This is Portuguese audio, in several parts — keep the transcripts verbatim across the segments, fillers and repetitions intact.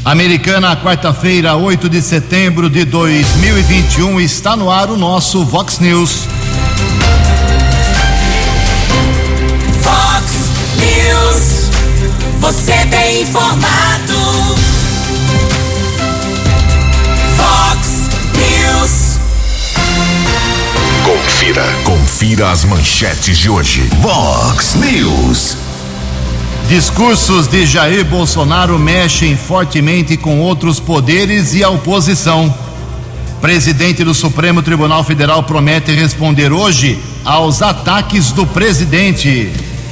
Americana, quarta-feira, oito de setembro de dois mil e vinte e um, está no ar o nosso Vox News. Vox News, você bem informado. Vox News. Confira, confira as manchetes de hoje. Vox News. Discursos de Jair Bolsonaro mexem fortemente com outros poderes e a oposição. Presidente do Supremo Tribunal Federal promete responder hoje aos ataques do presidente.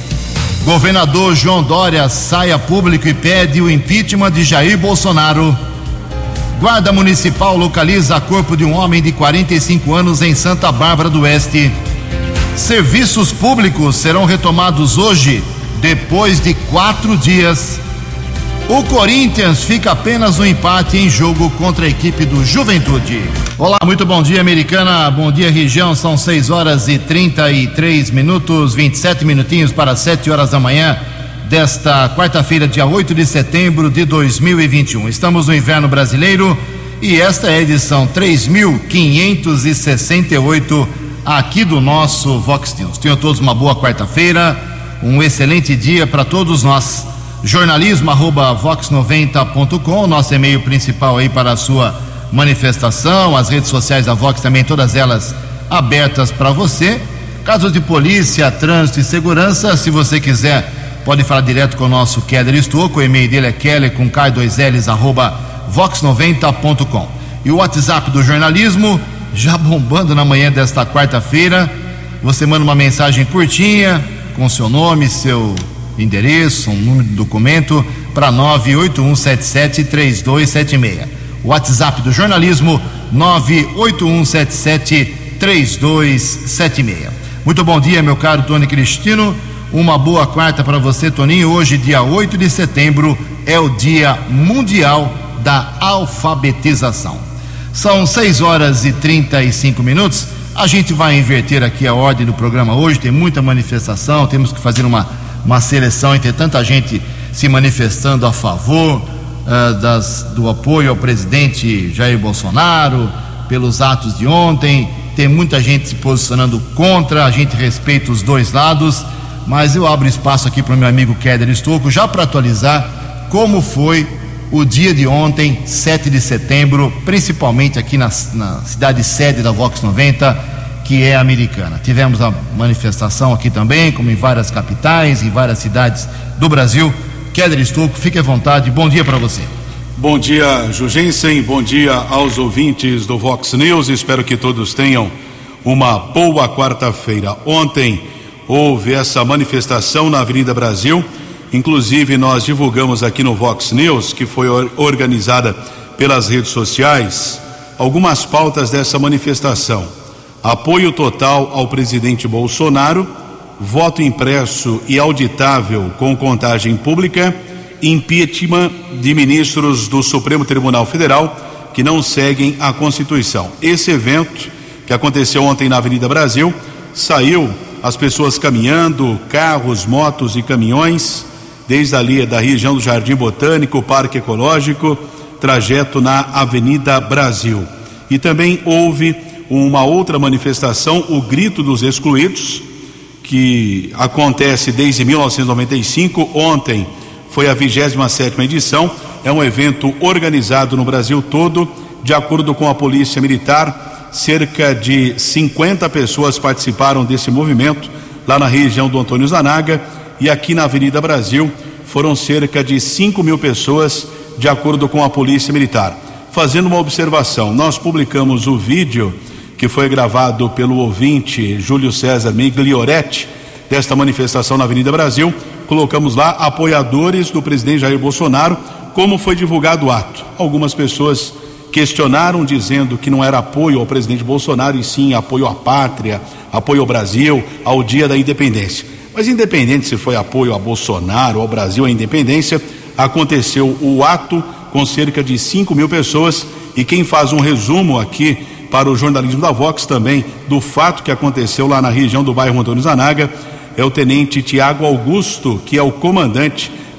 Governador João Dória sai a público e pede o impeachment de Jair Bolsonaro. Guarda Municipal localiza corpo de um homem de quarenta e cinco anos em Santa Bárbara do Oeste. Serviços públicos serão retomados hoje, depois de quatro dias. O Corinthians fica apenas no empate em jogo contra a equipe do Juventude. Olá, muito bom dia, Americana, bom dia, região. São seis horas e trinta e três minutos, vinte e sete minutinhos para sete horas da manhã desta quarta-feira, dia oito de setembro de dois mil e vinte e um. Estamos no inverno brasileiro e esta é a edição três mil quinhentos e sessenta e oito aqui do nosso Vox News. Tenham todos uma boa quarta-feira, um excelente dia para todos nós. Jornalismo arroba vox noventa ponto com, nosso e-mail principal aí para a sua manifestação, as redes sociais da Vox também, todas elas abertas para você. Casos de polícia, trânsito e segurança, se você quiser, pode falar direto com o nosso Keller Estouco, o e-mail dele é keller com k dois l's arroba vox noventa ponto com. E o WhatsApp do jornalismo, já bombando na manhã desta quarta-feira, você manda uma mensagem curtinha, com seu nome, seu endereço, um número de documento para nove oito um sete sete três dois sete seis. O WhatsApp do jornalismo nove oito um sete sete três dois sete seis. Muito bom dia, meu caro Tony Cristino. Uma boa quarta para você, Toninho. Hoje, dia oito de setembro, é o Dia Mundial da Alfabetização. São seis horas e trinta e cinco minutos. A gente vai inverter aqui a ordem do programa hoje, tem muita manifestação, temos que fazer uma, uma seleção entre tanta gente se manifestando a favor uh, das, do apoio ao presidente Jair Bolsonaro, pelos atos de ontem, tem muita gente se posicionando contra, a gente respeita os dois lados, mas eu abro espaço aqui para o meu amigo Keller Estouco, já para atualizar como foi o dia de ontem, sete de setembro, principalmente aqui na, na cidade sede da Vox noventa, que é Americana. Tivemos a manifestação aqui também, como em várias capitais, em várias cidades do Brasil. Keller Estouco, fique à vontade, bom dia para você. Bom dia, Jugensen, bom dia aos ouvintes do Vox News, espero que todos tenham uma boa quarta-feira. Ontem houve essa manifestação na Avenida Brasil. Inclusive, nós divulgamos aqui no Vox News, que foi organizada pelas redes sociais, algumas pautas dessa manifestação. Apoio total ao presidente Bolsonaro, voto impresso e auditável com contagem pública, impeachment de ministros do Supremo Tribunal Federal que não seguem a Constituição. Esse evento, que aconteceu ontem na Avenida Brasil, saiu as pessoas caminhando, carros, motos e caminhões, desde ali da região do Jardim Botânico, Parque Ecológico, trajeto na Avenida Brasil. E também houve uma outra manifestação, o Grito dos Excluídos, que acontece desde mil novecentos e noventa e cinco, ontem foi a vigésima sétima edição, é um evento organizado no Brasil todo, de acordo com a Polícia Militar, cerca de cinquenta pessoas participaram desse movimento, lá na região do Antônio Zanaga, e aqui na Avenida Brasil foram cerca de cinco mil pessoas, de acordo com a Polícia Militar. Fazendo uma observação, nós publicamos o vídeo que foi gravado pelo ouvinte Júlio César Miglioretti desta manifestação na Avenida Brasil. Colocamos lá apoiadores do presidente Jair Bolsonaro, como foi divulgado o ato. Algumas pessoas questionaram, dizendo que não era apoio ao presidente Bolsonaro, e sim apoio à pátria, apoio ao Brasil, ao Dia da Independência. Mas independente se foi apoio a Bolsonaro, ao Brasil, à independência, aconteceu o ato com cerca de cinco mil pessoas, e quem faz um resumo aqui para o jornalismo da Vox também do fato que aconteceu lá na região do bairro Antônio Zanaga é o tenente Tiago Augusto, que é o comandante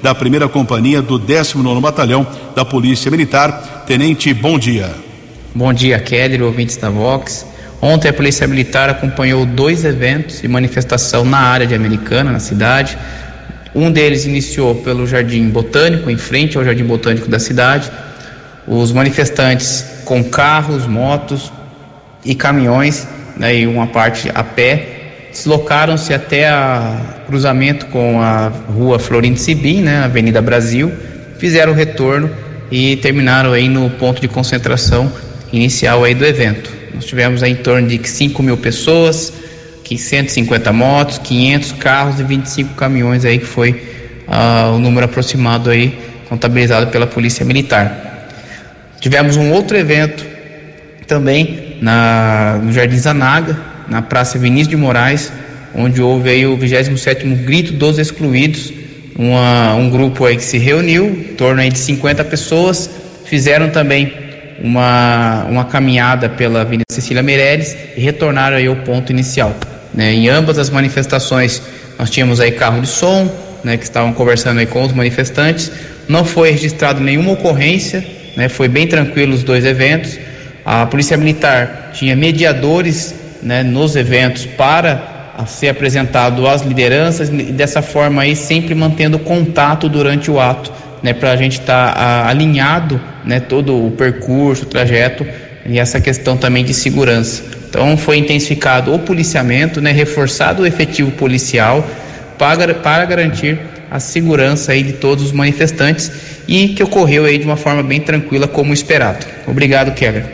da primeira companhia do décimo nono Batalhão da Polícia Militar. Tenente, bom dia. Bom dia, Keller, ouvintes da Vox. Ontem a Polícia Militar acompanhou dois eventos de manifestação na área de Americana, na cidade. Um deles iniciou pelo Jardim Botânico, em frente ao Jardim Botânico da cidade. Os manifestantes com carros, motos e caminhões, né, e uma parte a pé, deslocaram-se até o cruzamento com a rua Florindo Sibim, né, Avenida Brasil, fizeram o retorno e terminaram aí no ponto de concentração inicial aí do evento. Nós tivemos aí em torno de cinco mil pessoas, cento e cinquenta motos, quinhentos carros e vinte e cinco caminhões aí, que foi uh, o número aproximado aí, contabilizado pela Polícia Militar. Tivemos um outro evento também na, no Jardim Zanaga, na Praça Vinícius de Moraes, onde houve aí o vigésimo sétimo Grito dos Excluídos, uma, um grupo aí que se reuniu, em torno aí de cinquenta pessoas, fizeram também uma, uma caminhada pela Avenida Cecília Meireles e retornaram aí ao ponto inicial. Né? Em ambas as manifestações nós tínhamos aí carro de som, né, que estavam conversando aí com os manifestantes. Não foi registrado nenhuma ocorrência, né, foi bem tranquilo os dois eventos. A Polícia Militar tinha mediadores, né, nos eventos para a ser apresentado às lideranças e dessa forma aí sempre mantendo contato durante o ato, né, para a gente estar tá, alinhado, né, todo o percurso, o trajeto e essa questão também de segurança. Então foi intensificado o policiamento, né, reforçado o efetivo policial para, para garantir a segurança aí de todos os manifestantes e que ocorreu aí de uma forma bem tranquila como esperado. Obrigado, Keller.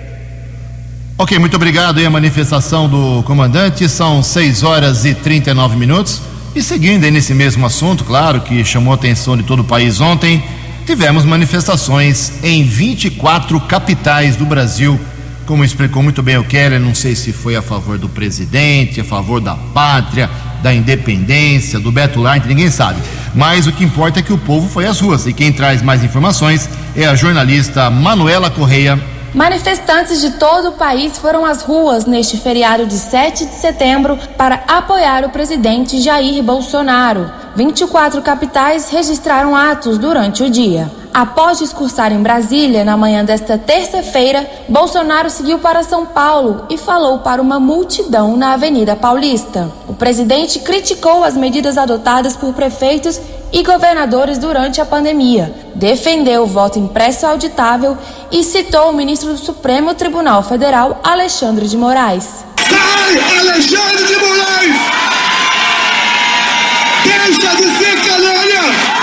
Ok, muito obrigado aí a manifestação do comandante. São seis horas e trinta e nove minutos. E seguindo aí nesse mesmo assunto, claro que chamou a atenção de todo o país ontem, tivemos manifestações em vinte e quatro capitais do Brasil. Como explicou muito bem o Keller, não sei se foi a favor do presidente, a favor da pátria, da independência, do Beto Leite, ninguém sabe. Mas o que importa é que o povo foi às ruas. E quem traz mais informações é a jornalista Manuela Correia. Manifestantes de todo o país foram às ruas neste feriado de sete de setembro para apoiar o presidente Jair Bolsonaro. vinte e quatro capitais registraram atos durante o dia. Após discursar em Brasília na manhã desta terça-feira, Bolsonaro seguiu para São Paulo e falou para uma multidão na Avenida Paulista. O presidente criticou as medidas adotadas por prefeitos e governadores durante a pandemia, defendeu o voto impresso auditável e citou o ministro do Supremo Tribunal Federal, Alexandre de Moraes. Sai, Alexandre de Moraes! Deixa de ser canalha!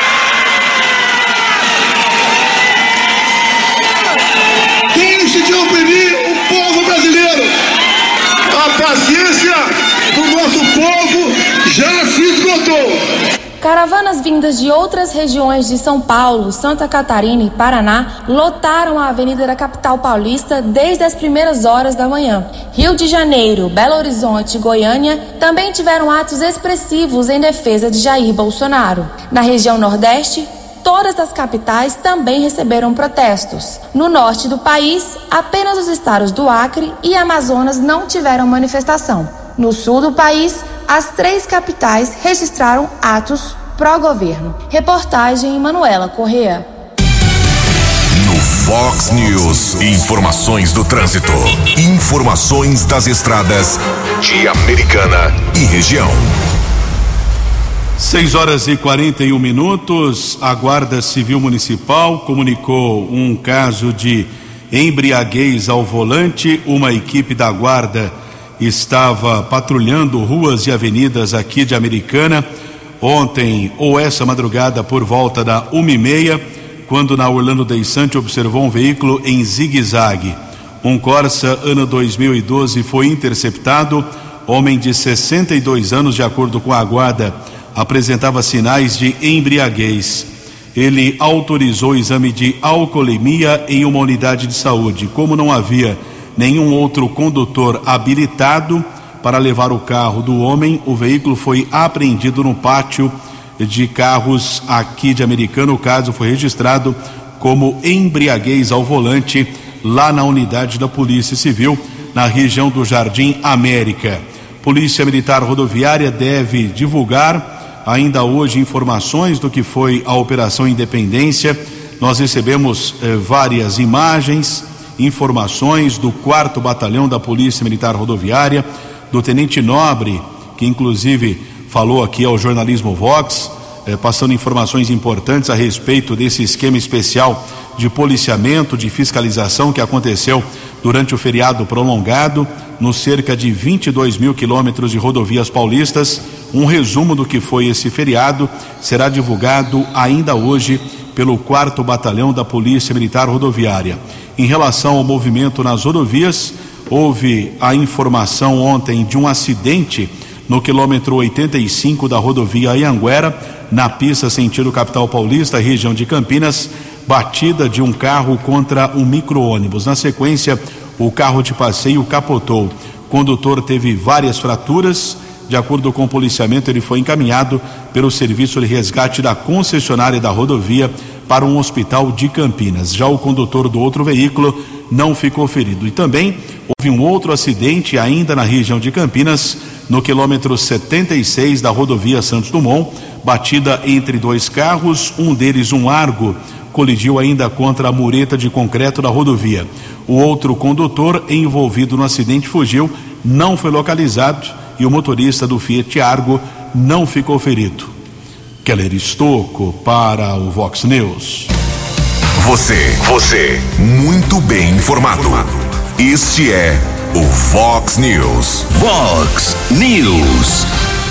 Deixe de oprimir o povo brasileiro! A paciência do nosso povo já se esgotou! Caravanas vindas de outras regiões de São Paulo, Santa Catarina e Paraná lotaram a avenida da capital paulista desde as primeiras horas da manhã. Rio de Janeiro, Belo Horizonte e Goiânia também tiveram atos expressivos em defesa de Jair Bolsonaro. Na região Nordeste, todas as capitais também receberam protestos. No norte do país, apenas os estados do Acre e Amazonas não tiveram manifestação. No sul do país, as três capitais registraram atos pró-governo. Reportagem Manuela Correa. No Fox News, informações do trânsito, informações das estradas de Americana e região. seis horas e quarenta e um minutos. A Guarda Civil Municipal comunicou um caso de embriaguez ao volante. Uma equipe da Guarda estava patrulhando ruas e avenidas aqui de Americana ontem ou essa madrugada por volta da uma e meia, quando na Orlando Deissante observou um veículo em zigue-zague. Um Corsa ano dois mil e doze foi interceptado. Homem de sessenta e dois anos, de acordo com a Guarda, apresentava sinais de embriaguez. Ele autorizou o exame de alcoolemia em uma unidade de saúde. Como não havia nenhum outro condutor habilitado para levar o carro do homem, o veículo foi apreendido no pátio de carros aqui de Americana. O caso foi registrado como embriaguez ao volante lá na unidade da Polícia Civil, na região do Jardim América. Polícia Militar Rodoviária deve divulgar ainda hoje informações do que foi a Operação Independência. Nós recebemos eh, várias imagens, informações do quarto Batalhão da Polícia Militar Rodoviária, do Tenente Nobre, que inclusive falou aqui ao jornalismo Vox, eh, passando informações importantes a respeito desse esquema especial de policiamento, de fiscalização que aconteceu durante o feriado prolongado, nos cerca de vinte e dois mil quilômetros de rodovias paulistas. Um resumo do que foi esse feriado será divulgado ainda hoje pelo quarto Batalhão da Polícia Militar Rodoviária. Em relação ao movimento nas rodovias, houve a informação ontem de um acidente no quilômetro oitenta e cinco da rodovia Anhanguera, na pista sentido capital paulista, região de Campinas, batida de um carro contra um micro-ônibus. Na sequência, o carro de passeio capotou. O condutor teve várias fraturas. De acordo com o policiamento, ele foi encaminhado pelo serviço de resgate da concessionária da rodovia para um hospital de Campinas. Já o condutor do outro veículo não ficou ferido. E também houve um outro acidente ainda na região de Campinas, no quilômetro setenta e seis da rodovia Santos Dumont, batida entre dois carros, um deles um Argo, colidiu ainda contra a mureta de concreto da rodovia. O outro condutor envolvido no acidente fugiu, não foi localizado e o motorista do Fiat Argo não ficou ferido. Keller Estocco para o Vox News. Você, você, muito bem informado. Este é o Vox News. Vox News.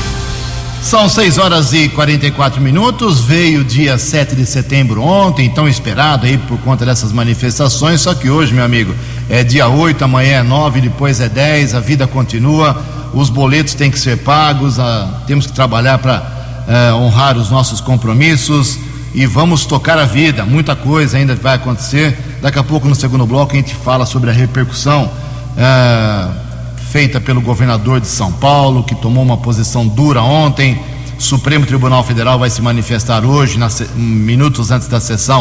São seis horas e quarenta e quatro minutos, veio dia sete de setembro ontem, tão esperado aí por conta dessas manifestações, só que hoje, meu amigo, é dia oito, amanhã é nove, depois é dez, a vida continua, os boletos têm que ser pagos, a, temos que trabalhar para uh, honrar os nossos compromissos e vamos tocar a vida. Muita coisa ainda vai acontecer. Daqui a pouco, no segundo bloco, a gente fala sobre a repercussão uh, feita pelo governador de São Paulo, que tomou uma posição dura ontem. O Supremo Tribunal Federal vai se manifestar hoje, na, minutos antes da sessão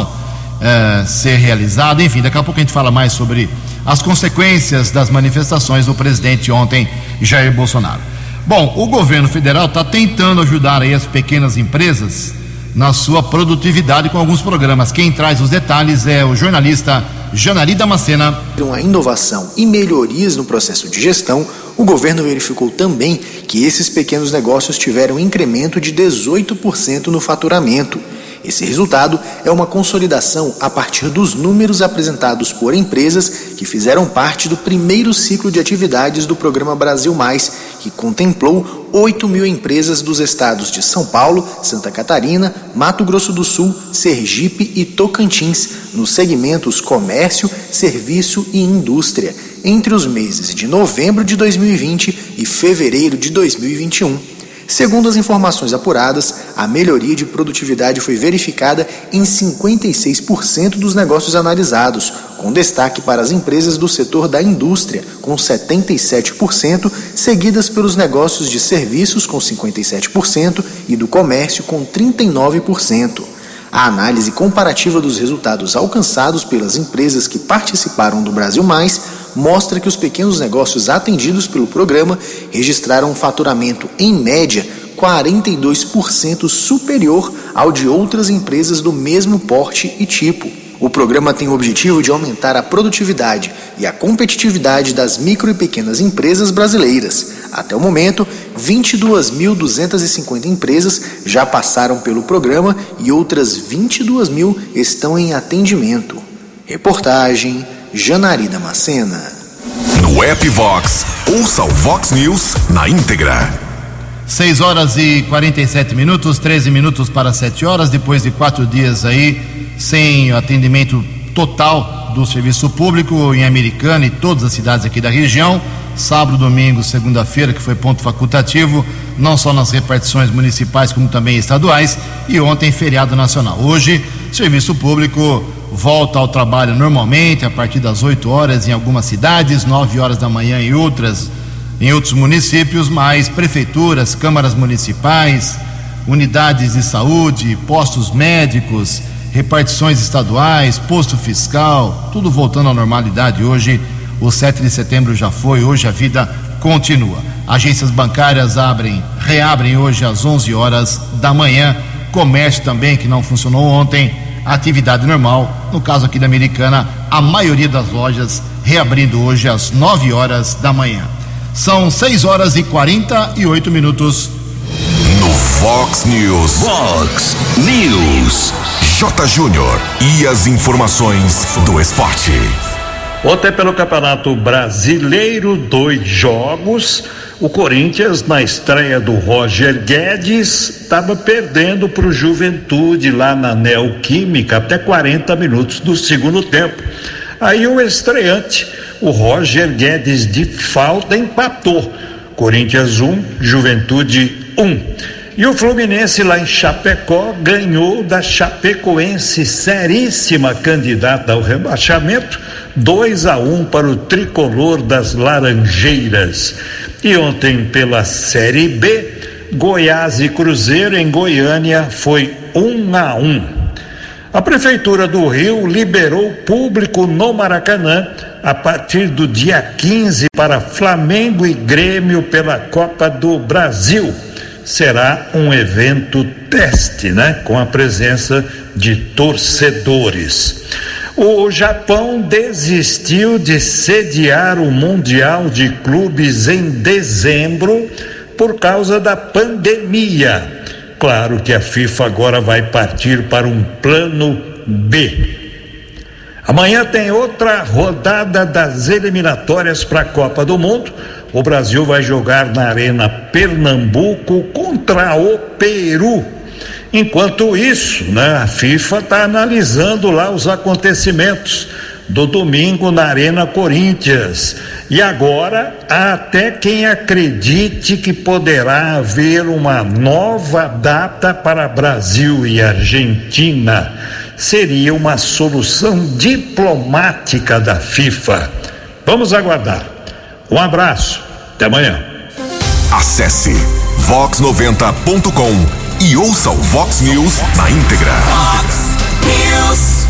uh, ser realizada. Enfim, daqui a pouco a gente fala mais sobre as consequências das manifestações do presidente ontem, Jair Bolsonaro. Bom, o governo federal está tentando ajudar aí as pequenas empresas na sua produtividade com alguns programas. Quem traz os detalhes é o jornalista Janari Damascena. Com a inovação e melhorias no processo de gestão, o governo verificou também que esses pequenos negócios tiveram um incremento de dezoito por cento no faturamento. Esse resultado é uma consolidação a partir dos números apresentados por empresas que fizeram parte do primeiro ciclo de atividades do programa Brasil Mais, que contemplou oito mil empresas dos estados de São Paulo, Santa Catarina, Mato Grosso do Sul, Sergipe e Tocantins, nos segmentos comércio, serviço e indústria, entre os meses de novembro de dois mil e vinte e fevereiro de dois mil e vinte e um. Segundo as informações apuradas, a melhoria de produtividade foi verificada em cinquenta e seis por cento dos negócios analisados, com destaque para as empresas do setor da indústria, com setenta e sete por cento, seguidas pelos negócios de serviços, com cinquenta e sete por cento, e do comércio, com trinta e nove por cento. A análise comparativa dos resultados alcançados pelas empresas que participaram do Brasil Mais mostra que os pequenos negócios atendidos pelo programa registraram um faturamento, em média, quarenta e dois por cento superior ao de outras empresas do mesmo porte e tipo. O programa tem o objetivo de aumentar a produtividade e a competitividade das micro e pequenas empresas brasileiras. Até o momento, vinte e duas mil duzentas e cinquenta empresas já passaram pelo programa e outras vinte e duas mil estão em atendimento. Reportagem Janari Damascena. No app Vox, ouça o Vox News na íntegra. seis horas e quarenta e sete minutos, treze minutos para sete horas, depois de quatro dias aí sem atendimento total do serviço público em Americana e todas as cidades aqui da região. Sábado, domingo, segunda-feira, que foi ponto facultativo, não só nas repartições municipais como também estaduais, e ontem feriado nacional. Hoje, serviço público volta ao trabalho normalmente a partir das oito horas em algumas cidades, nove horas da manhã em outras, em outros municípios, mas prefeituras, câmaras municipais, unidades de saúde, postos médicos, repartições estaduais, posto fiscal, tudo voltando à normalidade hoje. O sete de setembro já foi, hoje a vida continua. Agências bancárias abrem, reabrem hoje às onze horas da manhã. Comércio também, que não funcionou ontem, atividade normal. No caso aqui da Americana, a maioria das lojas reabrindo hoje às nove horas da manhã. São seis horas e quarenta e oito minutos. No Fox News. Fox News. J. Júnior e as informações do esporte. Ontem pelo Campeonato Brasileiro, dois jogos. O Corinthians, na estreia do Roger Guedes, estava perdendo para o Juventude lá na Neoquímica até quarenta minutos do segundo tempo. Aí o estreante, o Roger Guedes, de falta, empatou. Corinthians um, Juventude um. E o Fluminense lá em Chapecó ganhou da Chapecoense, seríssima candidata ao rebaixamento, dois a um para o tricolor das Laranjeiras. E ontem pela Série B, Goiás e Cruzeiro em Goiânia foi um a um. A Prefeitura do Rio liberou público no Maracanã a partir do dia quinze para Flamengo e Grêmio pela Copa do Brasil. Será um evento teste, né? Com a presença de torcedores. O Japão desistiu de sediar o Mundial de Clubes em dezembro por causa da pandemia. Claro que a FIFA agora vai partir para um plano B. Amanhã tem outra rodada das eliminatórias para a Copa do Mundo. O Brasil vai jogar na Arena Pernambuco contra o Peru. Enquanto isso, né, a FIFA está analisando lá os acontecimentos do domingo na Arena Corinthians. E agora há até quem acredite que poderá haver uma nova data para Brasil e Argentina. Seria uma solução diplomática da FIFA. Vamos aguardar. Um abraço, até amanhã. Acesse vox noventa ponto com e ouça o Vox News na íntegra. Vox News.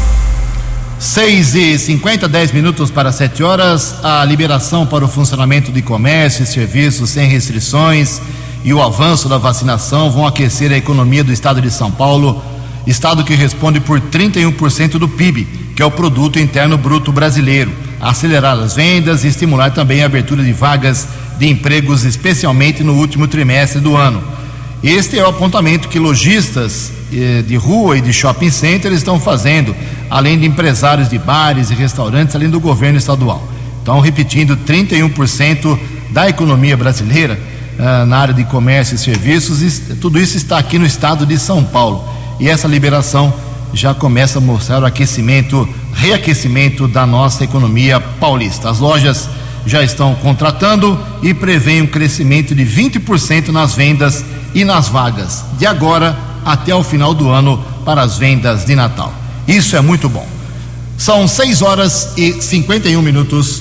seis e cinquenta, dez minutos para sete horas. A liberação para o funcionamento de comércio e serviços sem restrições e o avanço da vacinação vão aquecer a economia do estado de São Paulo, estado que responde por trinta e um por cento do P I B, que é o Produto Interno Bruto Brasileiro, acelerar as vendas e estimular também a abertura de vagas de empregos, especialmente no último trimestre do ano. Este é o apontamento que lojistas eh, de rua e de shopping center estão fazendo, além de empresários de bares e restaurantes, além do governo estadual. Então, repetindo, trinta e um por cento da economia brasileira ah, na área de comércio e serviços, e tudo isso está aqui no estado de São Paulo. E essa liberação já começa a mostrar o aquecimento, reaquecimento da nossa economia paulista. As lojas já estão contratando e prevêem um crescimento de vinte por cento nas vendas e nas vagas, de agora até o final do ano, para as vendas de Natal. Isso é muito bom. São seis horas e cinquenta e um minutos.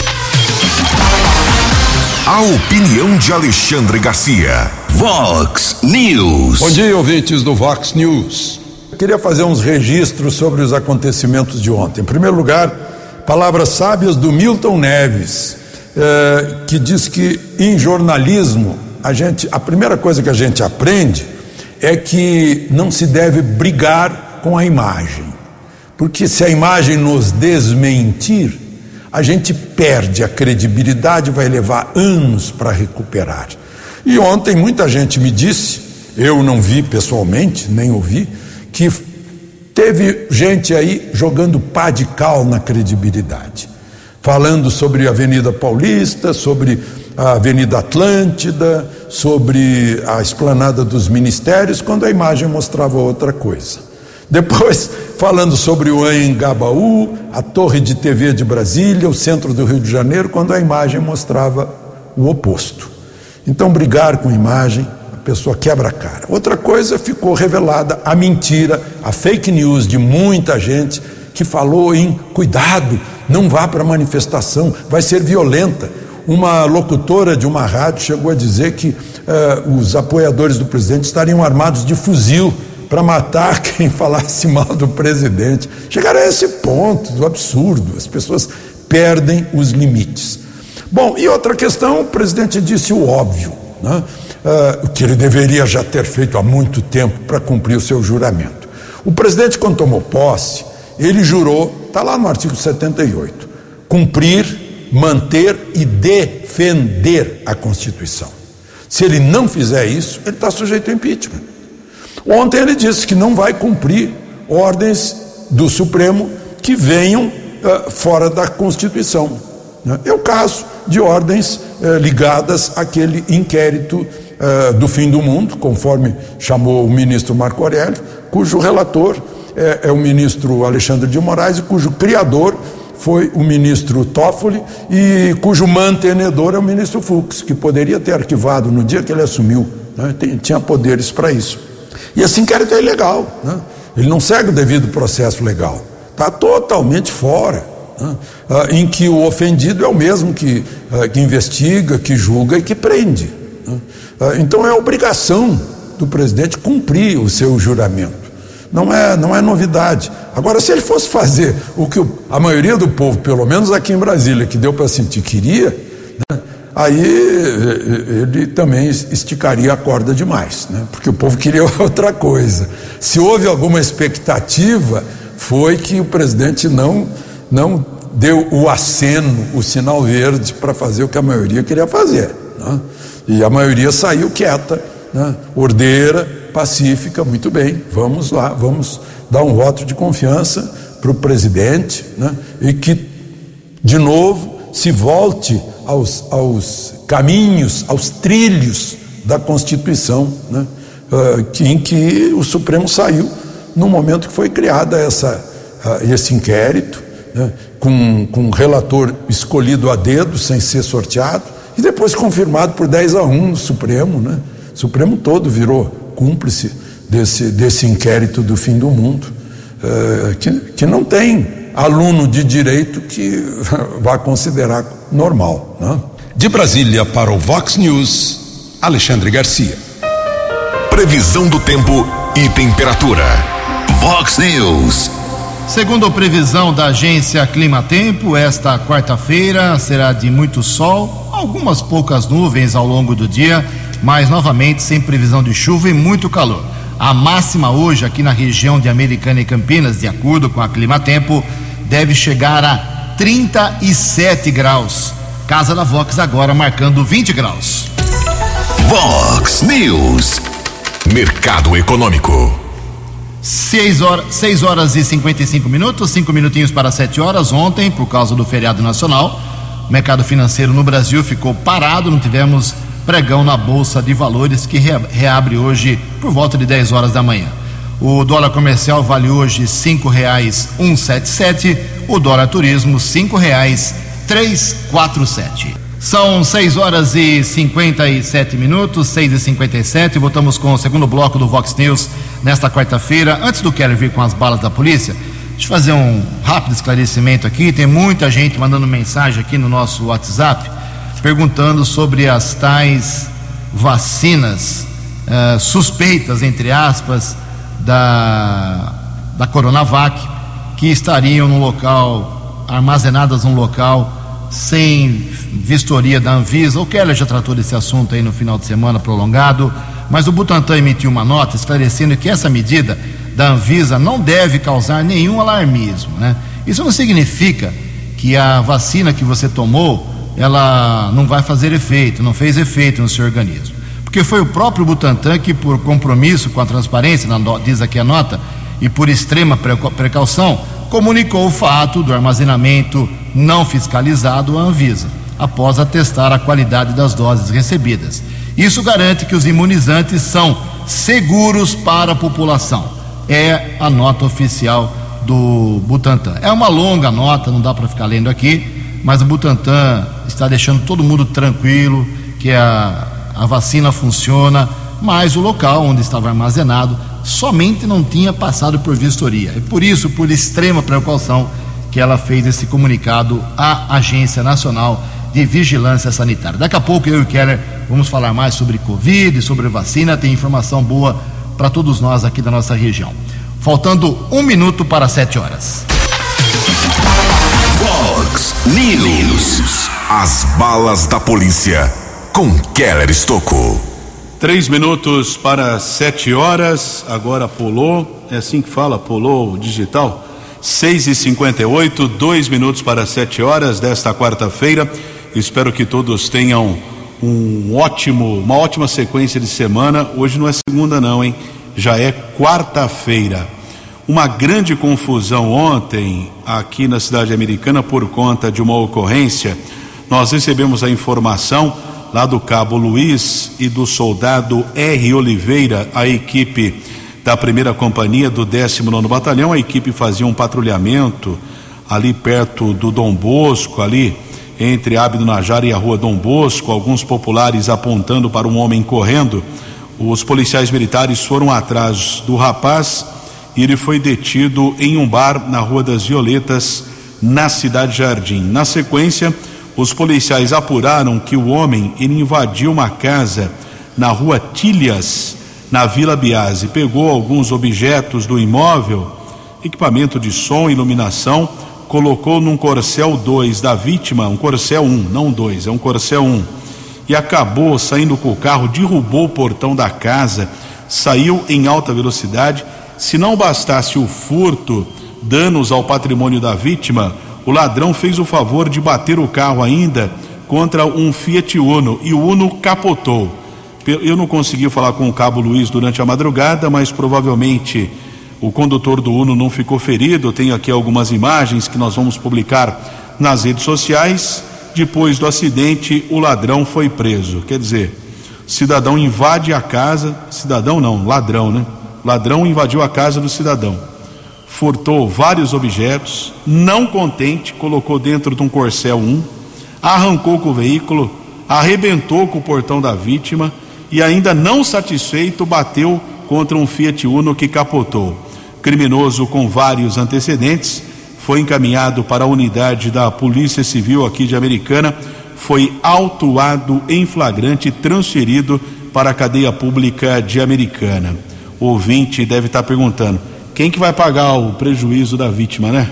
A opinião de Alexandre Garcia. Vox News. Bom dia, ouvintes do Vox News. Eu queria fazer uns registros sobre os acontecimentos de ontem. Em primeiro lugar, palavras sábias do Milton Neves, eh, que diz que em jornalismo a gente, a primeira coisa que a gente aprende é que não se deve brigar com a imagem, porque se a imagem nos desmentir, a gente perde a credibilidade, vai levar anos para recuperar. E ontem muita gente me disse, eu não vi pessoalmente, nem ouvi, que teve gente aí jogando pá de cal na credibilidade, falando sobre a Avenida Paulista, sobre a Avenida Atlântida, sobre a Esplanada dos Ministérios, quando a imagem mostrava outra coisa. Depois, falando sobre o Anhangabaú, a Torre de T V de Brasília, o centro do Rio de Janeiro, quando a imagem mostrava o oposto. Então, brigar com imagem, a pessoa quebra a cara. Outra coisa, ficou revelada a mentira, a fake news de muita gente que falou em cuidado, não vá para a manifestação, vai ser violenta. Uma locutora de uma rádio chegou a dizer que uh, os apoiadores do presidente estariam armados de fuzil para matar quem falasse mal do presidente. Chegaram a esse ponto do absurdo, as pessoas perdem os limites. Bom, e outra questão, o presidente disse o óbvio, né? Uh, que ele deveria já ter feito há muito tempo para cumprir o seu juramento. O presidente, quando tomou posse, ele jurou, está lá no artigo setenta e oito, cumprir, manter e defender a Constituição. Se ele não fizer isso, ele está sujeito ao impeachment. Ontem ele disse que não vai cumprir ordens do Supremo que venham uh, fora da Constituição. Né? É o caso de ordens uh, ligadas àquele inquérito uh, do fim do mundo, conforme chamou o ministro Marco Aurélio, cujo relator é, é o ministro Alexandre de Moraes e cujo criador foi o ministro Toffoli e cujo mantenedor é o ministro Fux, que poderia ter arquivado no dia que ele assumiu, né? Tem, tinha poderes para isso. E esse inquérito é ilegal, né? Ele não segue o devido processo legal, está totalmente fora, né? ah, em que o ofendido é o mesmo que, ah, que investiga, que julga e que prende, né? ah, então é obrigação do presidente cumprir o seu juramento. Não é, não é novidade. Agora, se ele fosse fazer o que o, a maioria do povo, pelo menos aqui em Brasília, que deu para sentir queria, né, aí ele também esticaria a corda demais, né, porque o povo queria outra coisa. Se houve alguma expectativa, foi que o presidente não, não deu o aceno, o sinal verde para fazer o que a maioria queria fazer, né, e a maioria saiu quieta, né, ordeira, pacífica. Muito bem, vamos lá, vamos dar um voto de confiança para o presidente, né, e que, de novo, se volte aos, aos caminhos, aos trilhos da Constituição, né, uh, que, em que o Supremo saiu no momento que foi criada essa, uh, esse inquérito, né, com, com um relator escolhido a dedo, sem ser sorteado, e depois confirmado por dez a um no Supremo, né? O Supremo todo virou cúmplice desse, desse inquérito do fim do mundo, uh, que, que não tem aluno de direito que vá considerar normal, né? De Brasília para o Vox News, Alexandre Garcia. Previsão do tempo e temperatura. Vox News. Segundo a previsão da agência Climatempo, esta quarta-feira será de muito sol, algumas poucas nuvens ao longo do dia, mas novamente sem previsão de chuva e muito calor. A máxima hoje aqui na região de Americana e Campinas, de acordo com a Climatempo, deve chegar a trinta e sete graus. Casa da Vox agora marcando vinte graus. Vox News. Mercado Econômico. seis horas, seis horas e cinquenta e cinco minutos, cinco minutinhos para sete horas. Ontem, por causa do feriado nacional, o mercado financeiro no Brasil ficou parado, não tivemos pregão na Bolsa de Valores, que reabre hoje por volta de dez horas da manhã. O dólar comercial vale hoje cinco reais cento e setenta e sete, o dólar turismo cinco reais trezentos e quarenta e sete. São seis horas e cinquenta e sete minutos, seis e cinquenta e sete. Voltamos com o segundo bloco do Vox News nesta quarta-feira. Antes do Keller vir com as balas da polícia, deixa eu fazer um rápido esclarecimento aqui. Tem muita gente mandando mensagem aqui no nosso WhatsApp perguntando sobre as tais vacinas uh, suspeitas, entre aspas, da, da Coronavac, que estariam no local, armazenadas num local sem vistoria da Anvisa. O Keller já tratou desse assunto aí no final de semana prolongado, mas o Butantan emitiu uma nota esclarecendo que essa medida da Anvisa não deve causar nenhum alarmismo, né? Isso não significa que a vacina que você tomou ela não vai fazer efeito, não fez efeito no seu organismo, porque foi o próprio Butantan que, por compromisso com a transparência, diz aqui a nota, e por extrema precaução, comunicou o fato do armazenamento não fiscalizado à Anvisa, após atestar a qualidade das doses recebidas. Isso garante que os imunizantes são seguros para a população. É a nota oficial do Butantan. É uma longa nota, não dá para ficar lendo aqui, mas o Butantan está deixando todo mundo tranquilo que a, a vacina funciona, mas o local onde estava armazenado somente não tinha passado por vistoria. É por isso, por extrema precaução, que ela fez esse comunicado à Agência Nacional de Vigilância Sanitária. Daqui a pouco eu e o Keller vamos falar mais sobre Covid, sobre vacina, tem informação boa para todos nós aqui da nossa região. Faltando um minuto para sete horas. Vox News. As balas da polícia com Keller Estocco. Três minutos para sete horas, agora pulou, é assim que fala, pulou digital. Seis e cinquenta e oito, dois minutos para sete horas desta quarta-feira. Espero que todos tenham um ótimo, uma ótima sequência de semana. Hoje não é segunda não, hein? Já é quarta-feira. Uma grande confusão ontem aqui na cidade americana por conta de uma ocorrência. Nós recebemos a informação lá do Cabo Luiz e do soldado R. Oliveira, a equipe da primeira companhia do décimo nono Batalhão. A equipe fazia um patrulhamento ali perto do Dom Bosco, ali entre Abdo Najar e a rua Dom Bosco, alguns populares apontando para um homem correndo. Os policiais militares foram atrás do rapaz e ele foi detido em um bar na Rua das Violetas, na Cidade Jardim. Na sequência, os policiais apuraram que o homem ele invadiu uma casa na Rua Tilhas, na Vila Biase, pegou alguns objetos do imóvel, equipamento de som, iluminação, colocou num Corcel dois da vítima, um Corcel um, não dois, é um Corcel um, e acabou saindo com o carro, derrubou o portão da casa, saiu em alta velocidade. Se não bastasse o furto, danos ao patrimônio da vítima, o ladrão fez o favor de bater o carro ainda contra um Fiat Uno e o Uno capotou. Eu não consegui falar com o Cabo Luiz durante a madrugada, mas provavelmente o condutor do Uno não ficou ferido. Eu tenho aqui algumas imagens que nós vamos publicar nas redes sociais. Depois do acidente, o ladrão foi preso. Quer dizer, cidadão invade a casa, cidadão não, ladrão, né? Ladrão invadiu a casa do cidadão, furtou vários objetos, não contente, colocou dentro de um Corcel um, arrancou com o veículo, arrebentou com o portão da vítima e ainda não satisfeito bateu contra um Fiat Uno que capotou. Criminoso com vários antecedentes, foi encaminhado para a unidade da Polícia Civil aqui de Americana, foi autuado em flagrante e transferido para a cadeia pública de Americana. O ouvinte deve estar perguntando, quem que vai pagar o prejuízo da vítima, né?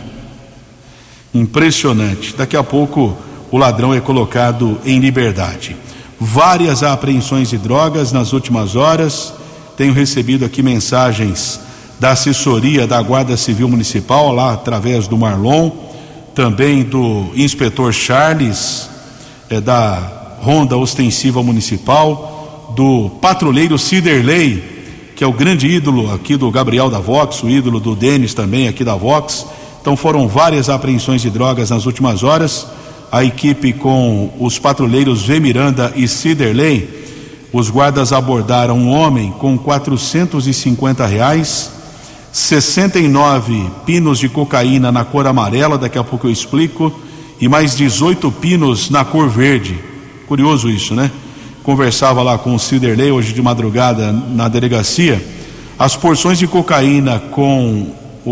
Impressionante. Daqui a pouco o ladrão é colocado em liberdade. Várias apreensões de drogas nas últimas horas. Tenho recebido aqui mensagens da assessoria da Guarda Civil Municipal, lá através do Marlon, também do inspetor Charles, é, da Ronda Ostensiva Municipal, do patrulheiro Ciderley, que é o grande ídolo aqui do Gabriel da Vox, o ídolo do Denis também aqui da Vox. Então foram várias apreensões de drogas nas últimas horas. A equipe com os patrulheiros V. Miranda e Ciderley, os guardas abordaram um homem com quatrocentos e cinquenta reais, sessenta e nove pinos de cocaína na cor amarela, daqui a pouco eu explico, e mais dezoito pinos na cor verde. Curioso isso, né? Conversava lá com o Ciderley hoje de madrugada na delegacia. As porções de cocaína com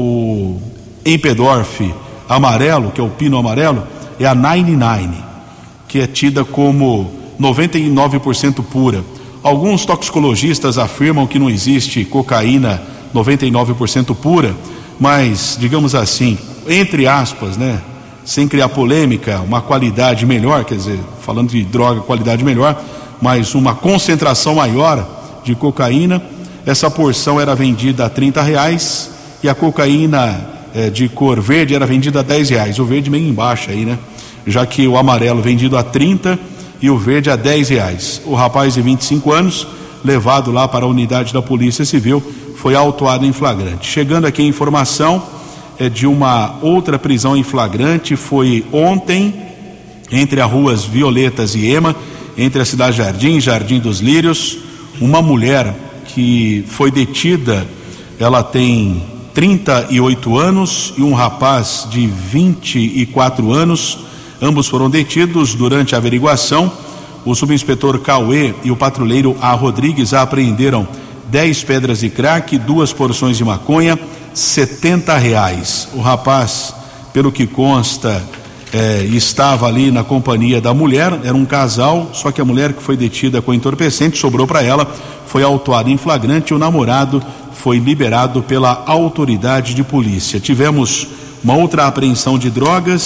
o Empedorf amarelo, que é o pino amarelo, é a noventa e nove, que é tida como noventa e nove por cento pura. Alguns toxicologistas afirmam que não existe cocaína noventa e nove por cento pura, mas, digamos assim, entre aspas, né, sem criar polêmica, uma qualidade melhor, quer dizer, falando de droga, qualidade melhor, mas uma concentração maior de cocaína. Essa porção era vendida a trinta reais e a cocaína eh, de cor verde era vendida a dez reais. O verde meio embaixo aí, né? Já que o amarelo vendido a trinta e o verde a dez reais. O rapaz de vinte e cinco anos, levado lá para a unidade da Polícia Civil, foi autuado em flagrante. Chegando aqui a informação é de uma outra prisão em flagrante, foi ontem, entre as ruas Violetas e Ema, entre a Cidade Jardim e Jardim dos Lírios, uma mulher que foi detida, ela tem trinta e oito anos, e um rapaz de vinte e quatro anos, ambos foram detidos. Durante a averiguação, o subinspetor Cauê e o patrulheiro A. Rodrigues apreenderam dez pedras de crack, duas porções de maconha, setenta reais. O rapaz, pelo que consta, É, estava ali na companhia da mulher, era um casal, só que a mulher que foi detida com entorpecente, sobrou para ela, foi autuada em flagrante e o namorado foi liberado pela autoridade de polícia. Tivemos uma outra apreensão de drogas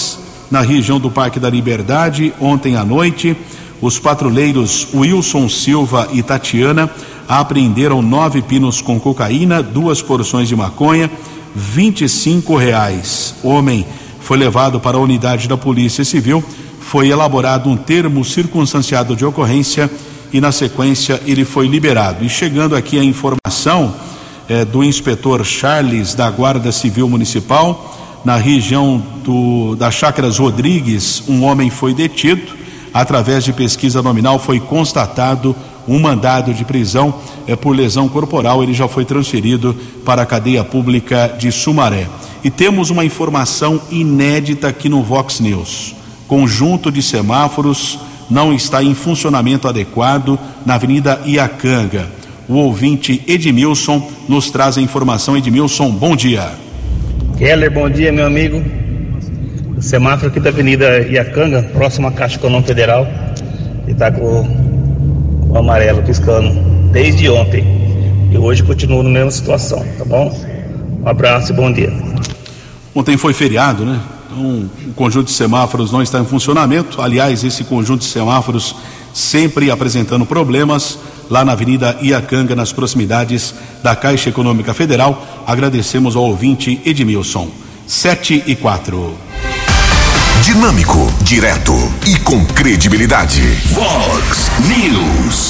na região do Parque da Liberdade. Ontem à noite, os patrulheiros Wilson Silva e Tatiana apreenderam nove pinos com cocaína, duas porções de maconha, vinte e cinco reais. O homem foi levado para a unidade da Polícia Civil, foi elaborado um termo circunstanciado de ocorrência e na sequência ele foi liberado. E chegando aqui a informação eh, do inspetor Charles da Guarda Civil Municipal, na região do, das Chácaras Rodrigues, um homem foi detido. Através de pesquisa nominal foi constatado um mandado de prisão é, por lesão corporal. Ele já foi transferido para a cadeia pública de Sumaré. E temos uma informação inédita aqui no Vox News. Conjunto de semáforos não está em funcionamento adequado na Avenida Iacanga. O ouvinte Edmilson nos traz a informação. Edmilson, bom dia. Keller, bom dia, meu amigo. O semáforo aqui da Avenida Iacanga, próximo à Caixa Econômica Federal, ele está com o amarelo piscando desde ontem. E hoje continua na mesma situação, tá bom? Um abraço e bom dia. Ontem foi feriado, né? Então, o conjunto de semáforos não está em funcionamento. Aliás, esse conjunto de semáforos sempre apresentando problemas lá na Avenida Iacanga, nas proximidades da Caixa Econômica Federal. Agradecemos ao ouvinte Edmilson. Sete e quatro. Dinâmico, direto e com credibilidade. Vox News.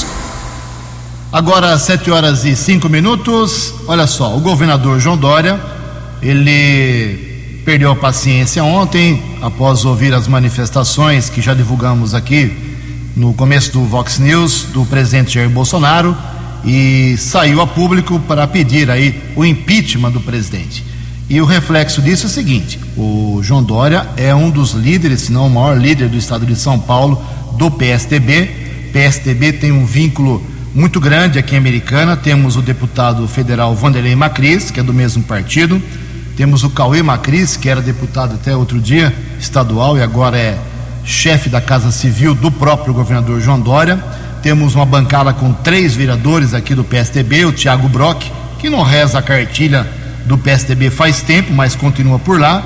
Agora sete horas e cinco minutos. Olha só, o governador João Dória, ele perdeu a paciência ontem, após ouvir as manifestações que já divulgamos aqui no começo do Vox News, do presidente Jair Bolsonaro, e saiu a público para pedir aí o impeachment do presidente. E o reflexo disso é o seguinte: o João Dória é um dos líderes, se não o maior líder do estado de São Paulo, do P S D B. P S D B tem um vínculo muito grande aqui em Americana. Temos o deputado federal Vanderlei Macris, que é do mesmo partido. Temos o Cauê Macris, que era deputado até outro dia, estadual, e agora é chefe da Casa Civil do próprio governador João Dória. Temos uma bancada com três vereadores aqui do P S D B, o Thiago Brock, que não reza a cartilha do P S D B faz tempo, mas continua por lá,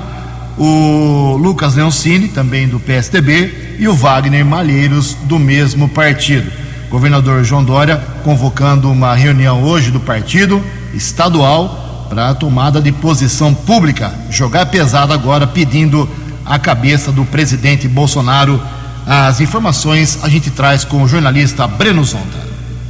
o Lucas Leoncini, também do P S D B, e o Wagner Malheiros, do mesmo partido. Governador João Dória convocando uma reunião hoje do partido estadual para a tomada de posição pública, jogar pesado agora, pedindo a cabeça do presidente Bolsonaro. As informações a gente traz com o jornalista Breno Zonta.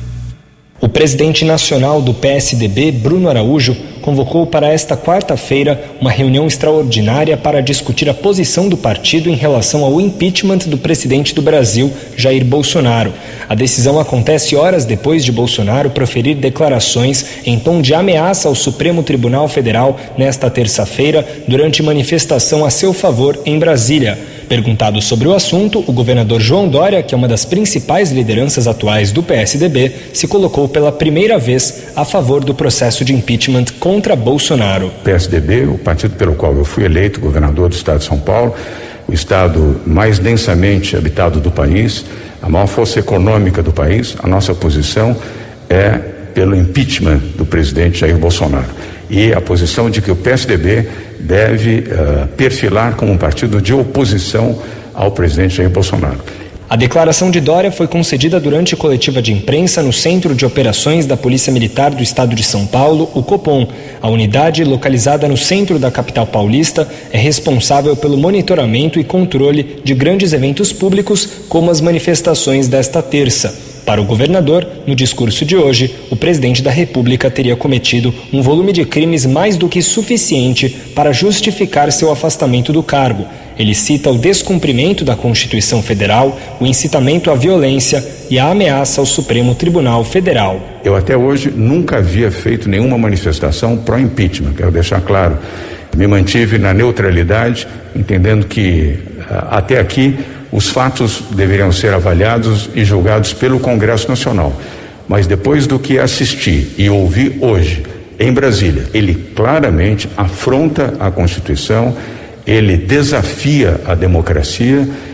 O presidente nacional do P S D B, Bruno Araújo, convocou para esta quarta-feira uma reunião extraordinária para discutir a posição do partido em relação ao impeachment do presidente do Brasil, Jair Bolsonaro. A decisão acontece horas depois de Bolsonaro proferir declarações em tom de ameaça ao Supremo Tribunal Federal nesta terça-feira, durante manifestação a seu favor em Brasília. Perguntado sobre o assunto, o governador João Dória, que é uma das principais lideranças atuais do P S D B, se colocou pela primeira vez a favor do processo de impeachment contra Bolsonaro. O P S D B, o partido pelo qual eu fui eleito governador do estado de São Paulo, o estado mais densamente habitado do país, a maior força econômica do país, a nossa posição é pelo impeachment do presidente Jair Bolsonaro. E a posição de que o P S D B deve uh, perfilar como um partido de oposição ao presidente Jair Bolsonaro. A declaração de Dória foi concedida durante coletiva de imprensa no Centro de Operações da Polícia Militar do Estado de São Paulo, o Copom. A unidade, localizada no centro da capital paulista, é responsável pelo monitoramento e controle de grandes eventos públicos, como as manifestações desta terça. Para o governador, no discurso de hoje, o presidente da República teria cometido um volume de crimes mais do que suficiente para justificar seu afastamento do cargo. Ele cita o descumprimento da Constituição Federal, o incitamento à violência e a ameaça ao Supremo Tribunal Federal. Eu até hoje nunca havia feito nenhuma manifestação pró-impeachment, quero deixar claro. Me mantive na neutralidade, entendendo que até aqui os fatos deveriam ser avaliados e julgados pelo Congresso Nacional. Mas depois do que assisti e ouvi hoje em Brasília, ele claramente afronta a Constituição, ele desafia a democracia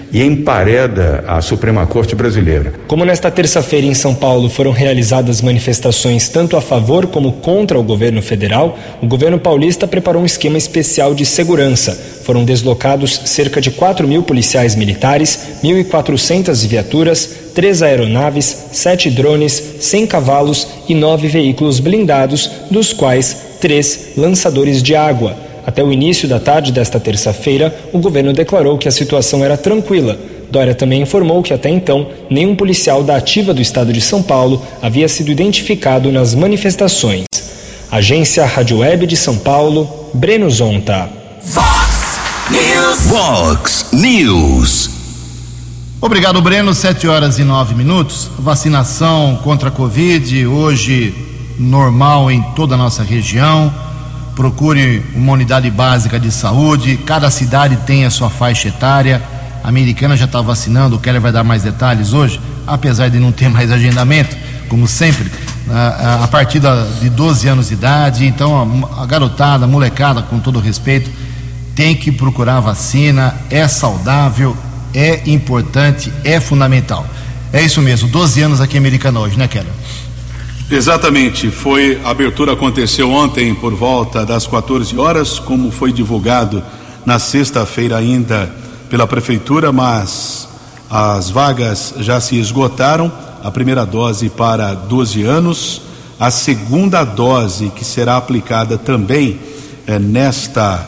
e empareda a Suprema Corte brasileira. Como nesta terça-feira em São Paulo foram realizadas manifestações tanto a favor como contra o governo federal, o governo paulista preparou um esquema especial de segurança. Foram deslocados cerca de quatro mil policiais militares, mil e quatrocentas viaturas, três aeronaves, sete drones, cem cavalos e nove veículos blindados, dos quais três lançadores de água. Até o início da tarde desta terça-feira, o governo declarou que a situação era tranquila. Dória também informou que até então, nenhum policial da ativa do estado de São Paulo havia sido identificado nas manifestações. Agência Rádio Web de São Paulo, Breno Zonta. Vox News. Vox News. Obrigado, Breno. sete horas e nove minutos. Vacinação contra a Covid, hoje normal em toda a nossa região. Procure uma unidade básica de saúde. Cada cidade tem a sua faixa etária. A Americana já está vacinando. O Keller vai dar mais detalhes hoje, apesar de não ter mais agendamento, como sempre, a, a partir de doze anos de idade. Então a, a garotada, a molecada, com todo respeito, tem que procurar a vacina. É saudável, é importante, é fundamental. É isso mesmo, doze anos aqui em Americana hoje, né, Keller? Exatamente, foi, a abertura aconteceu ontem por volta das quatorze horas, como foi divulgado na sexta-feira ainda pela prefeitura, mas as vagas já se esgotaram. A primeira dose para doze anos, a segunda dose que será aplicada também é, nesta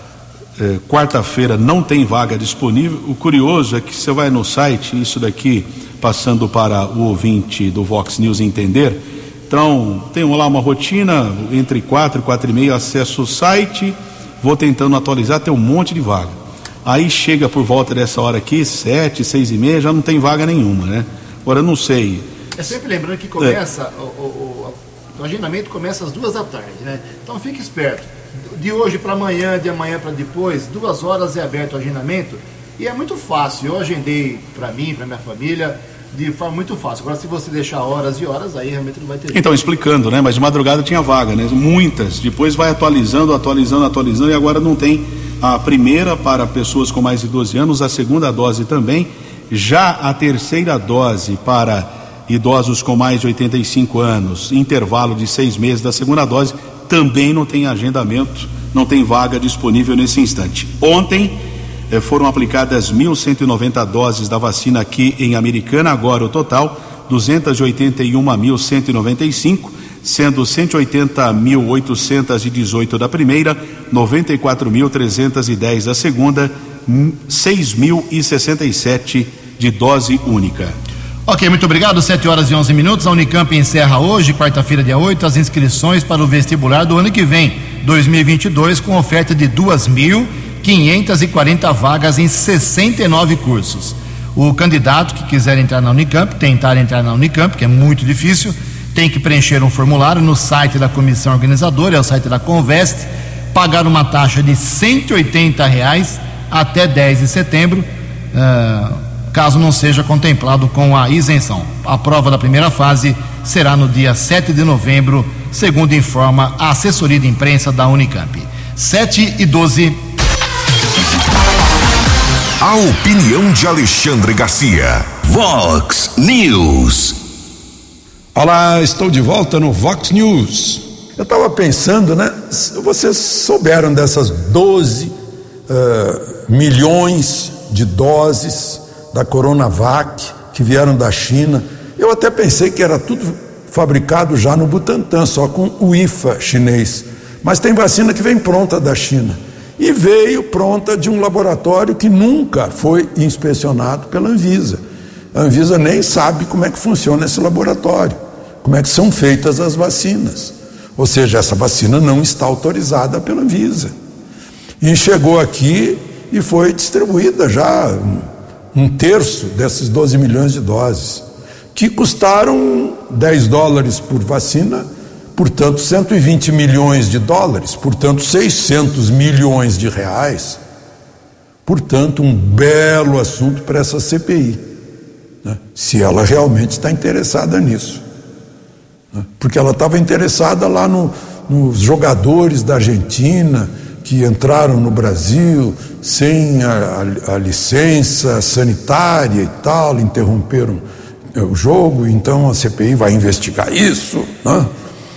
é, quarta-feira não tem vaga disponível. O curioso é que você vai no site, isso daqui passando para o ouvinte do Vox News entender. Então, tenho lá uma rotina, entre quatro e quatro e meia, acesso o site, vou tentando atualizar, tem um monte de vaga. Aí chega por volta dessa hora aqui, sete, seis e meia, já não tem vaga nenhuma, né? Agora, eu não sei. É sempre lembrando que começa, é. o, o, o, o agendamento começa às duas da tarde, né? Então, fique esperto. De hoje para amanhã, de amanhã para depois, duas horas é aberto o agendamento e é muito fácil. Eu agendei para mim, para minha família, de forma muito fácil. Agora, se você deixar horas e horas, aí realmente não vai ter jeito. Então, explicando, né? Mas de madrugada tinha vaga, né? Muitas. Depois vai atualizando, atualizando, atualizando, e agora não tem a primeira para pessoas com mais de doze anos, a segunda dose também. Já a terceira dose para idosos com mais de oitenta e cinco anos, intervalo de seis meses da segunda dose, também não tem agendamento, não tem vaga disponível nesse instante. Ontem foram aplicadas mil cento e noventa doses da vacina aqui em Americana. Agora o total, duzentos e oitenta e um mil cento e noventa e cinco, sendo cento e oitenta mil oitocentos e dezoito da primeira, noventa e quatro mil trezentos e dez da segunda, seis mil e sessenta e sete de dose única. Ok, muito obrigado. sete horas e onze minutos. A Unicamp encerra hoje, quarta-feira, dia oito, as inscrições para o vestibular do ano que vem, dois mil e vinte e dois, com oferta de duas mil quinhentas e quarenta vagas em sessenta e nove cursos. O candidato que quiser entrar na Unicamp, tentar entrar na Unicamp, que é muito difícil, tem que preencher um formulário no site da comissão organizadora, é o site da Convest, pagar uma taxa de cento e oitenta reais até dez de setembro, uh, caso não seja contemplado com a isenção. A prova da primeira fase será no dia sete de novembro, segundo informa a assessoria de imprensa da Unicamp. sete e doze. A opinião de Alexandre Garcia. Vox News. Olá, estou de volta no Vox News. Eu estava pensando, né? Vocês souberam dessas doze uh, milhões de doses da Coronavac que vieram da China. Eu até pensei que era tudo fabricado já no Butantan, só com o I F A chinês. Mas tem vacina que vem pronta da China. E veio pronta de um laboratório que nunca foi inspecionado pela Anvisa. A Anvisa nem sabe como é que funciona esse laboratório, como é que são feitas as vacinas. Ou seja, essa vacina não está autorizada pela Anvisa. E chegou aqui e foi distribuída já um, um terço desses doze milhões de doses, que custaram dez dólares por vacina, portanto cento e vinte milhões de dólares, portanto seiscentos milhões de reais. Portanto, um belo assunto para essa C P I, né? Se ela realmente está interessada nisso, né? Porque ela estava interessada lá no, nos jogadores da Argentina, que entraram no Brasil sem a, a, a licença sanitária e tal, interromperam o jogo, então a C P I vai investigar isso, né?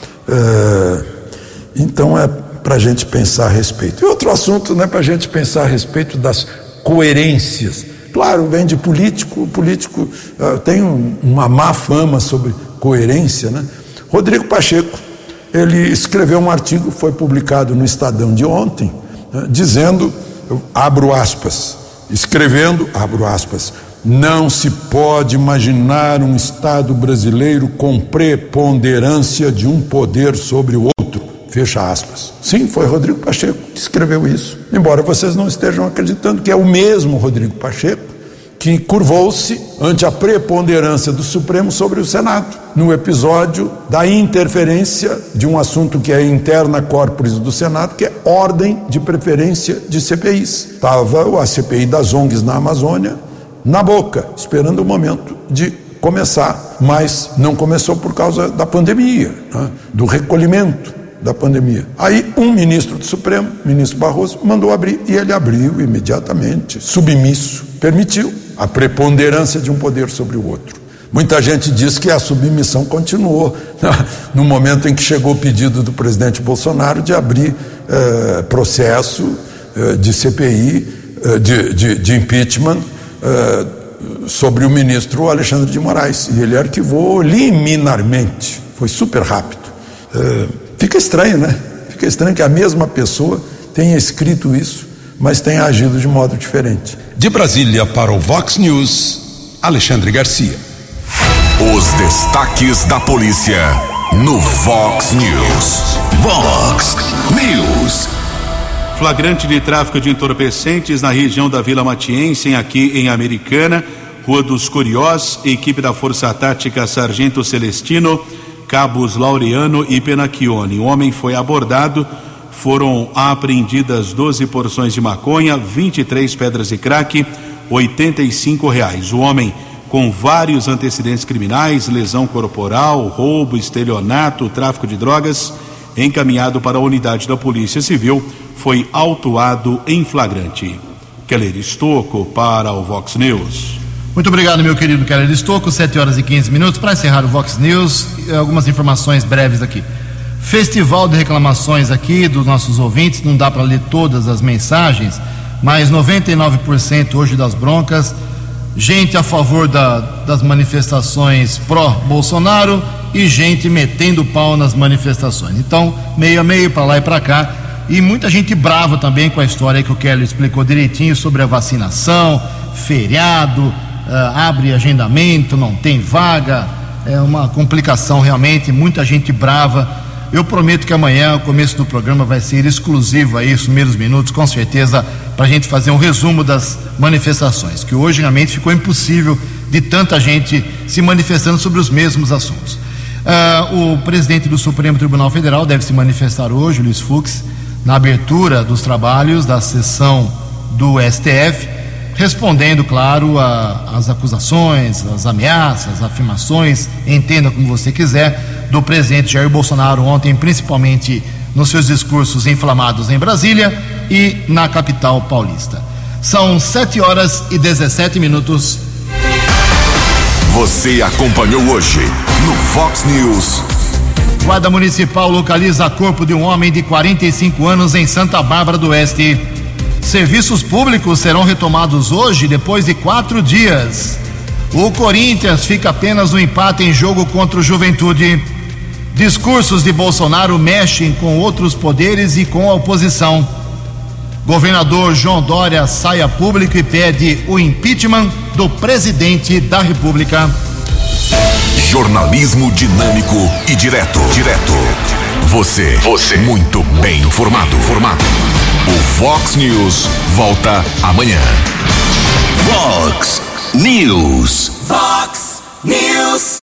É, então é para a gente pensar a respeito. E outro assunto, né, para a gente pensar a respeito das coerências. Claro, vem de político, o político uh, tem um, uma má fama sobre coerência, né? Rodrigo Pacheco, ele escreveu um artigo, foi publicado no Estadão de ontem, né, dizendo, eu abro aspas, escrevendo, abro aspas, não se pode imaginar um Estado brasileiro com preponderância de um poder sobre o outro, fecha aspas. Sim, foi Rodrigo Pacheco que escreveu isso, embora vocês não estejam acreditando que é o mesmo Rodrigo Pacheco que curvou-se ante a preponderância do Supremo sobre o Senado, no episódio da interferência de um assunto que é interna corporis do Senado, que é ordem de preferência de C P Is. Estava a C P I das O N Gs na Amazônia na boca, esperando o momento de começar, mas não começou por causa da pandemia, né? Do recolhimento da pandemia. Aí um ministro do Supremo, ministro Barroso, mandou abrir e ele abriu imediatamente, submisso, permitiu a preponderância de um poder sobre o outro. Muita gente diz que a submissão continuou, né, no momento em que chegou o pedido do presidente Bolsonaro de abrir eh, processo eh, de C P I, eh, de, de, de impeachment eh, sobre o ministro Alexandre de Moraes. E ele arquivou liminarmente, foi super rápido. Eh, fica estranho, né? Fica estranho que a mesma pessoa tenha escrito isso, mas tenha agido de modo diferente. De Brasília para o Vox News, Alexandre Garcia. Os destaques da polícia no Vox News. Vox News. Flagrante de tráfico de entorpecentes na região da Vila Matiense, aqui em Americana, Rua dos Curiós, equipe da Força Tática Sargento Celestino, Cabos Laureano e Penacchione. O homem foi abordado. Foram apreendidas doze porções de maconha, vinte e três pedras de crack, oitenta e cinco reais. O homem, com vários antecedentes criminais, lesão corporal, roubo, estelionato, tráfico de drogas, encaminhado para a unidade da Polícia Civil, foi autuado em flagrante. Keller Estocco para o Vox News. Muito obrigado, meu querido Keller Estocco. sete horas e quinze minutos. Para encerrar o Vox News, algumas informações breves aqui. Festival de reclamações aqui dos nossos ouvintes, não dá para ler todas as mensagens, mas noventa e nove por cento hoje das broncas, gente a favor da, das manifestações pró-Bolsonaro e gente metendo pau nas manifestações. Então, meio a meio, para lá e para cá, e muita gente brava também com a história que o Kelly explicou direitinho sobre a vacinação, feriado, uh, abre agendamento, não tem vaga, é uma complicação realmente, muita gente brava. Eu prometo que amanhã, o começo do programa vai ser exclusivo aí, os primeiros minutos, com certeza, para a gente fazer um resumo das manifestações, que hoje realmente ficou impossível de tanta gente se manifestando sobre os mesmos assuntos. Uh, o presidente do Supremo Tribunal Federal deve se manifestar hoje, Luiz Fux, na abertura dos trabalhos da sessão do S T F, respondendo, claro, às acusações, às ameaças, às afirmações, entenda como você quiser, do presidente Jair Bolsonaro ontem, principalmente nos seus discursos inflamados em Brasília e na capital paulista. São sete horas e dezessete minutos. Você acompanhou hoje no Vox News. Guarda Municipal localiza corpo de um homem de quarenta e cinco anos em Santa Bárbara do Oeste. Serviços públicos serão retomados hoje, depois de quatro dias. O Corinthians fica apenas no empate em jogo contra o Juventude. Discursos de Bolsonaro mexem com outros poderes e com a oposição. Governador João Dória sai a público e pede o impeachment do presidente da República. Jornalismo dinâmico e direto. Direto. Você. Você. Muito bem informado. Formado. O Vox News volta amanhã. Vox News. Vox News.